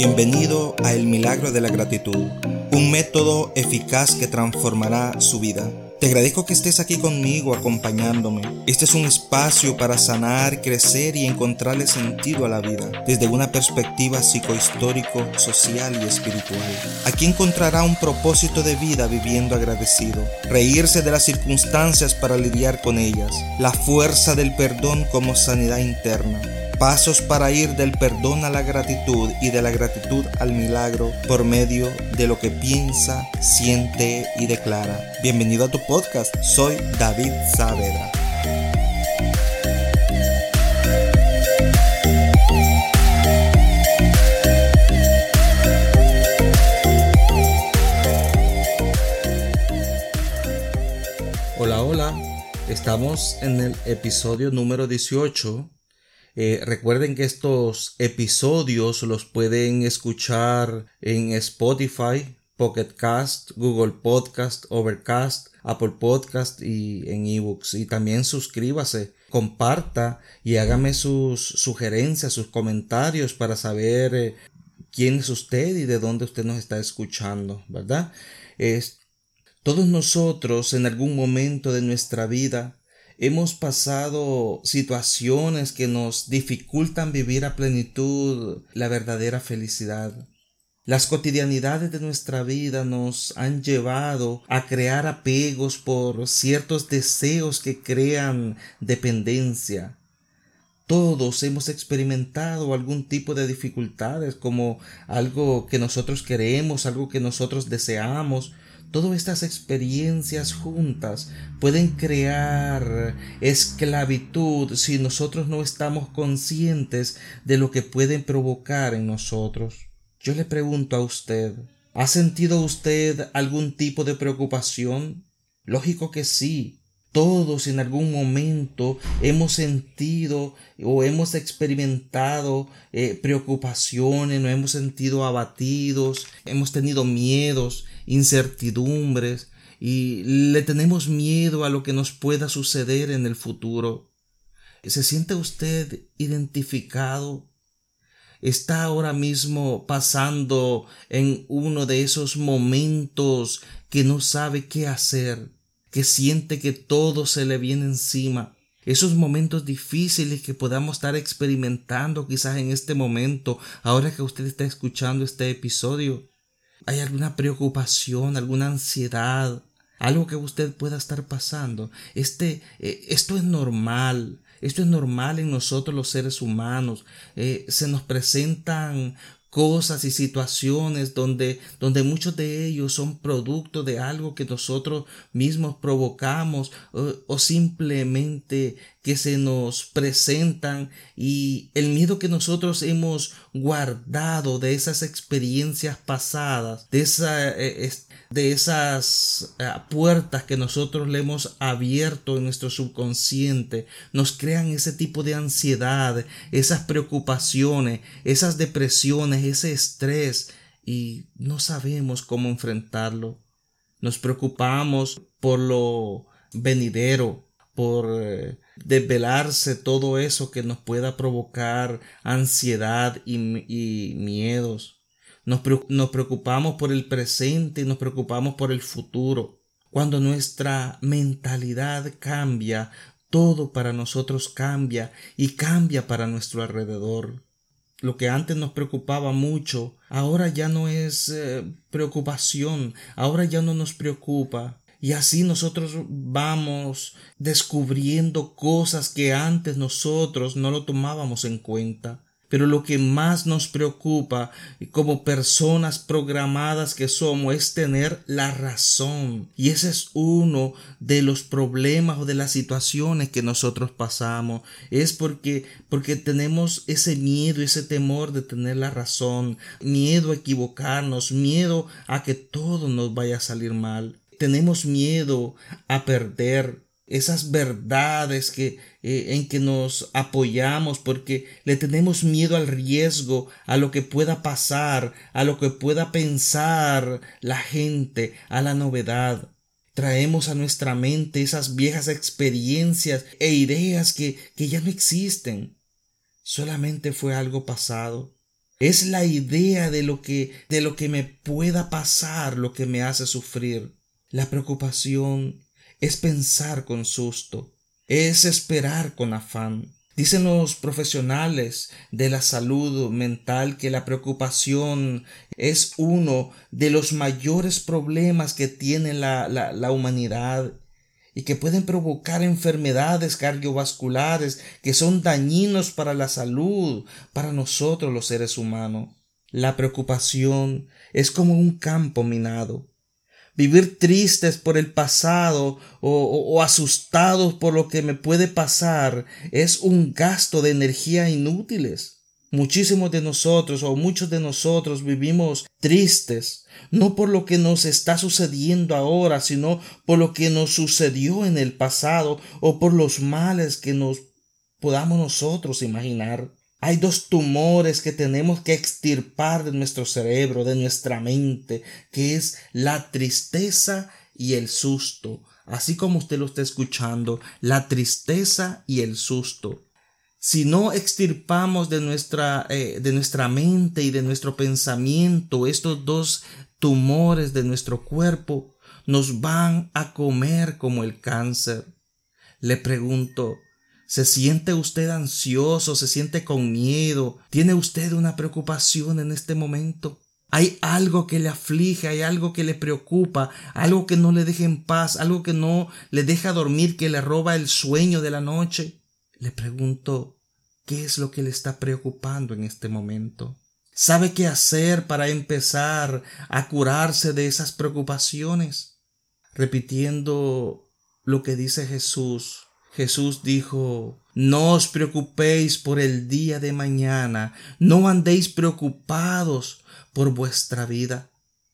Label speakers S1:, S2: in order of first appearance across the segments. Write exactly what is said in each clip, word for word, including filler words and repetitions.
S1: Bienvenido a El Milagro de la Gratitud, un método eficaz que transformará su vida. Te agradezco que estés aquí conmigo acompañándome. Este es un espacio para sanar, crecer y encontrarle sentido a la vida desde una perspectiva psicohistórico, social y espiritual. Aquí encontrará un propósito de vida viviendo agradecido, reírse de las circunstancias para lidiar con ellas, la fuerza del perdón como sanidad interna, pasos para ir del perdón a la gratitud y de la gratitud al milagro por medio de lo que piensa, siente y declara. Bienvenido a tu podcast, soy David Saavedra. Hola, hola, estamos en el episodio número dieciocho. Eh, recuerden que estos episodios los pueden escuchar en Spotify, Pocket Cast, Google Podcast, Overcast, Apple Podcast y en eBooks. Y también suscríbase, comparta y hágame sus sugerencias, sus comentarios para saber eh, quién es usted y de dónde usted nos está escuchando, ¿verdad? Es, todos nosotros en algún momento de nuestra vida hemos pasado situaciones que nos dificultan vivir a plenitud la verdadera felicidad. Las cotidianidades de nuestra vida nos han llevado a crear apegos por ciertos deseos que crean dependencia. Todos hemos experimentado algún tipo de dificultades, como algo que nosotros queremos, algo que nosotros deseamos. Todas estas experiencias juntas pueden crear esclavitud si nosotros no estamos conscientes de lo que pueden provocar en nosotros. Yo le pregunto a usted, ¿ha sentido usted algún tipo de preocupación? Lógico que sí. Todos en algún momento hemos sentido o hemos experimentado eh, preocupaciones, nos hemos sentido abatidos, hemos tenido miedos, incertidumbres y le tenemos miedo a lo que nos pueda suceder en el futuro. ¿Se siente usted identificado? ¿Está ahora mismo pasando en uno de esos momentos que no sabe qué hacer, que siente que todo se le viene encima? Esos momentos difíciles que podamos estar experimentando quizás en este momento, ahora que usted está escuchando este episodio. ¿Hay alguna preocupación, alguna ansiedad, algo que usted pueda estar pasando? Este, eh, esto es normal. Esto es normal en nosotros los seres humanos. Eh, se nos presentan cosas y situaciones donde, donde muchos de ellos son producto de algo que nosotros mismos provocamos o, o simplemente que se nos presentan, y el miedo que nosotros hemos guardado de esas experiencias pasadas, de, esa, eh, de esas eh, puertas que nosotros le hemos abierto en nuestro subconsciente, nos crean ese tipo de ansiedad, esas preocupaciones, esas depresiones, ese estrés, y no sabemos cómo enfrentarlo. Nos preocupamos por lo venidero, por eh, desvelarse todo eso que nos pueda provocar ansiedad y, y miedos. Nos, nos preocupamos por el presente y nos preocupamos por el futuro. Cuando nuestra mentalidad cambia, todo para nosotros cambia y cambia para nuestro alrededor. Lo que antes nos preocupaba mucho, ahora ya no es eh, preocupación, ahora ya no nos preocupa. Y así nosotros vamos descubriendo cosas que antes nosotros no lo tomábamos en cuenta. Pero lo que más nos preocupa como personas programadas que somos es tener la razón. Y ese es uno de los problemas o de las situaciones que nosotros pasamos. Es porque, porque tenemos ese miedo, ese temor de tener la razón, miedo a equivocarnos, miedo a que todo nos vaya a salir mal. Tenemos miedo a perder esas verdades que, eh, en que nos apoyamos, porque le tenemos miedo al riesgo, a lo que pueda pasar, a lo que pueda pensar la gente, a la novedad. Traemos a nuestra mente esas viejas experiencias e ideas que, que ya no existen. Solamente fue algo pasado. Es la idea de lo que, de lo que me pueda pasar lo que me hace sufrir. La preocupación es pensar con susto, es esperar con afán. Dicen los profesionales de la salud mental que la preocupación es uno de los mayores problemas que tiene la, la, la humanidad y que pueden provocar enfermedades cardiovasculares que son dañinos para la salud, para nosotros los seres humanos. La preocupación es como un campo minado. Vivir tristes por el pasado o, o, o asustados por lo que me puede pasar es un gasto de energía inútiles. Muchísimos de nosotros o muchos de nosotros vivimos tristes, no por lo que nos está sucediendo ahora, sino por lo que nos sucedió en el pasado o por los males que nos podamos nosotros imaginar. Hay dos tumores que tenemos que extirpar de nuestro cerebro, de nuestra mente, que es la tristeza y el susto. Así como usted lo está escuchando, la tristeza y el susto. Si no extirpamos de nuestra, eh, de nuestra mente y de nuestro pensamiento estos dos tumores de nuestro cuerpo, nos van a comer como el cáncer. Le pregunto, ¿se siente usted ansioso? ¿Se siente con miedo? ¿Tiene usted una preocupación en este momento? ¿Hay algo que le aflige? ¿Hay algo que le preocupa? ¿Algo que no le deja en paz? ¿Algo que no le deja dormir, que le roba el sueño de la noche? Le pregunto, ¿qué es lo que le está preocupando en este momento? ¿Sabe qué hacer para empezar a curarse de esas preocupaciones? Repitiendo lo que dice Jesús, Jesús dijo, no os preocupéis por el día de mañana, no andéis preocupados por vuestra vida.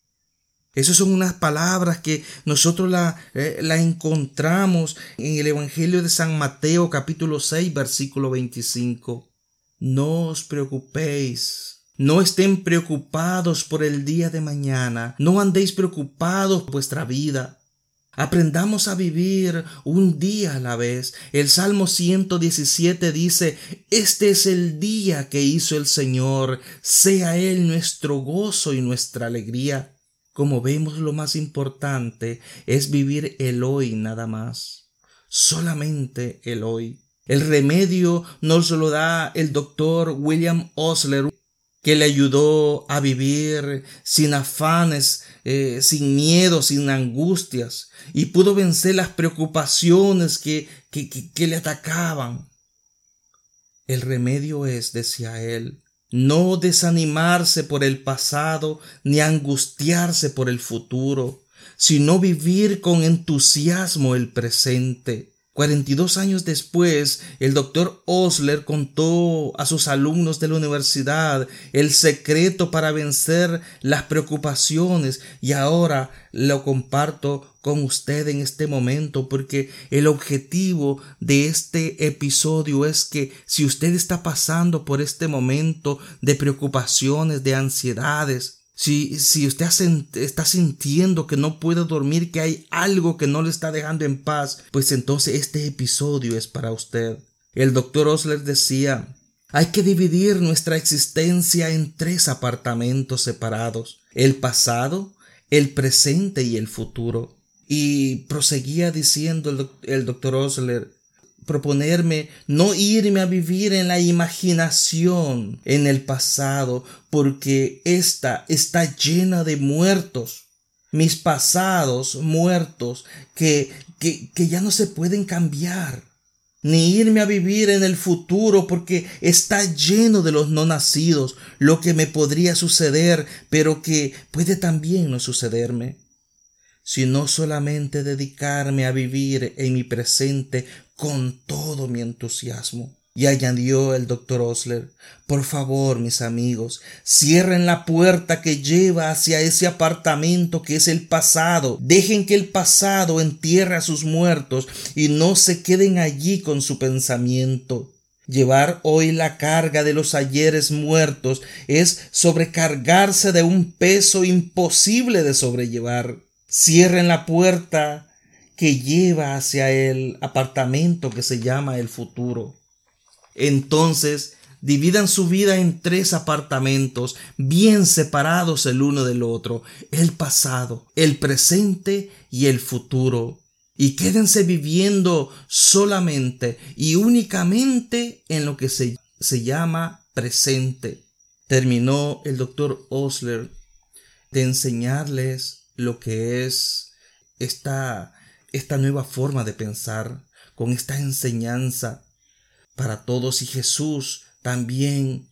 S1: Esas son unas palabras que nosotros la, eh, la encontramos en el Evangelio de San Mateo capítulo seis versículo veinticinco. No os preocupéis, no estén preocupados por el día de mañana, no andéis preocupados por vuestra vida. Aprendamos a vivir un día a la vez. El Salmo ciento diecisiete dice, este es el día que hizo el Señor, sea Él nuestro gozo y nuestra alegría. Como vemos, lo más importante es vivir el hoy nada más, solamente el hoy. El remedio nos lo da el doctor William Osler, que le ayudó a vivir sin afanes, eh, sin miedo, sin angustias, y pudo vencer las preocupaciones que, que, que, que le atacaban. El remedio es, decía él, no desanimarse por el pasado ni angustiarse por el futuro, sino vivir con entusiasmo el presente. cuarenta y dos años después, el doctor Osler contó a sus alumnos de la universidad el secreto para vencer las preocupaciones, y ahora lo comparto con usted en este momento, porque el objetivo de este episodio es que si usted está pasando por este momento de preocupaciones, de ansiedades, Si, si usted está sintiendo que no puede dormir, que hay algo que no le está dejando en paz, pues entonces este episodio es para usted. El doctor Osler decía, hay que dividir nuestra existencia en tres apartamentos separados, el pasado, el presente y el futuro. Y proseguía diciendo el, el doctor Osler, proponerme no irme a vivir en la imaginación en el pasado, porque ésta está llena de muertos, mis pasados muertos que, que, que ya no se pueden cambiar, ni irme a vivir en el futuro, porque está lleno de los no nacidos, lo que me podría suceder, pero que puede también no sucederme, sino solamente dedicarme a vivir en mi presente con todo mi entusiasmo. Y añadió el doctor Osler, por favor, mis amigos, cierren la puerta que lleva hacia ese apartamento que es el pasado. Dejen que el pasado entierre a sus muertos y no se queden allí con su pensamiento. Llevar hoy la carga de los ayeres muertos es sobrecargarse de un peso imposible de sobrellevar. Cierren la puerta que lleva hacia el apartamento que se llama el futuro. Entonces Dividan su vida en tres apartamentos, bien separados el uno del otro, el pasado, el presente y el futuro. Y quédense viviendo solamente y únicamente en lo que se, se llama presente. Terminó el doctor Osler de enseñarles lo que es esta, esta nueva forma de pensar, con esta enseñanza para todos. Y Jesús también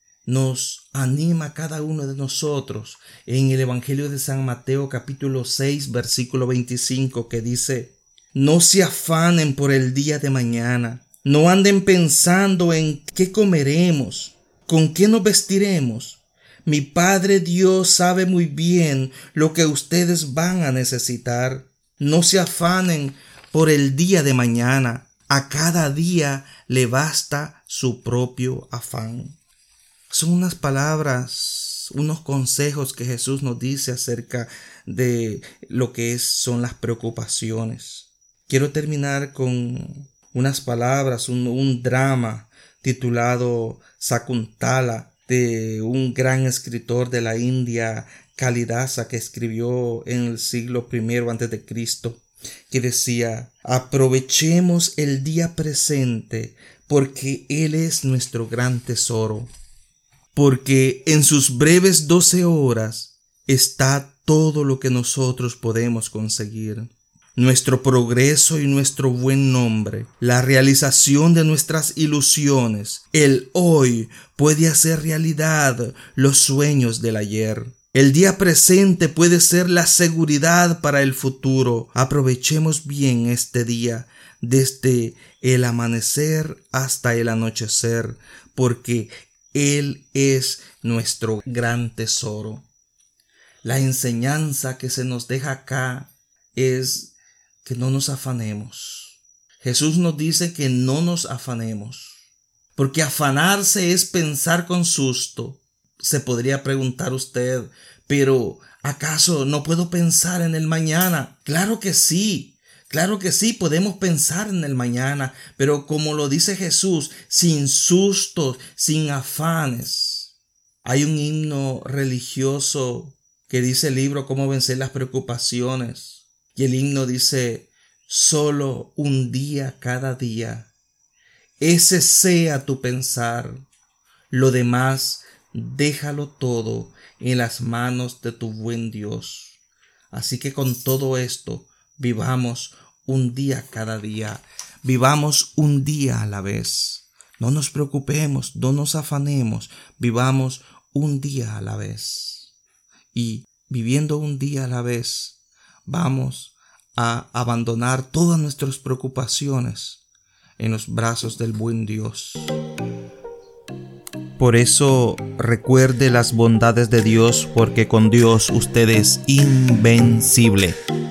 S1: nos anima a cada uno de nosotros en el Evangelio de San Mateo capítulo seis versículo veinticinco, que dice: no se afanen por el día de mañana, no anden pensando en qué comeremos, con qué nos vestiremos. Mi Padre Dios sabe muy bien lo que ustedes van a necesitar. No se afanen por el día de mañana, a cada día le basta su propio afán. Son unas palabras, unos consejos que Jesús nos dice acerca de lo que es, son las preocupaciones. Quiero terminar con unas palabras, un, un drama titulado Sakuntala, de un gran escritor de la India, Kalidasa, que escribió en el siglo primero antes de Cristo, que decía: aprovechemos el día presente, porque Él es nuestro gran tesoro. Porque en sus breves doce horas está todo lo que nosotros podemos conseguir. Nuestro progreso y nuestro buen nombre, la realización de nuestras ilusiones, el hoy puede hacer realidad los sueños del ayer. El día presente puede ser la seguridad para el futuro. Aprovechemos bien este día, desde el amanecer hasta el anochecer, porque Él es nuestro gran tesoro. La enseñanza que se nos deja acá es que no nos afanemos. Jesús nos dice que no nos afanemos, porque afanarse es pensar con susto. Se podría preguntar usted, pero ¿acaso no puedo pensar en el mañana? Claro que sí, claro que sí, podemos pensar en el mañana, pero como lo dice Jesús, sin sustos, sin afanes. Hay un himno religioso que dice el libro Cómo vencer las preocupaciones. Y el himno dice: solo un día cada día, ese sea tu pensar, lo demás déjalo todo en las manos de tu buen Dios. Así que con todo esto, vivamos un día cada día, vivamos un día a la vez. No nos preocupemos, no nos afanemos, vivamos un día a la vez. Y viviendo un día a la vez, vamos a abandonar todas nuestras preocupaciones en los brazos del buen Dios. Por eso recuerde las bondades de Dios, porque con Dios usted es invencible.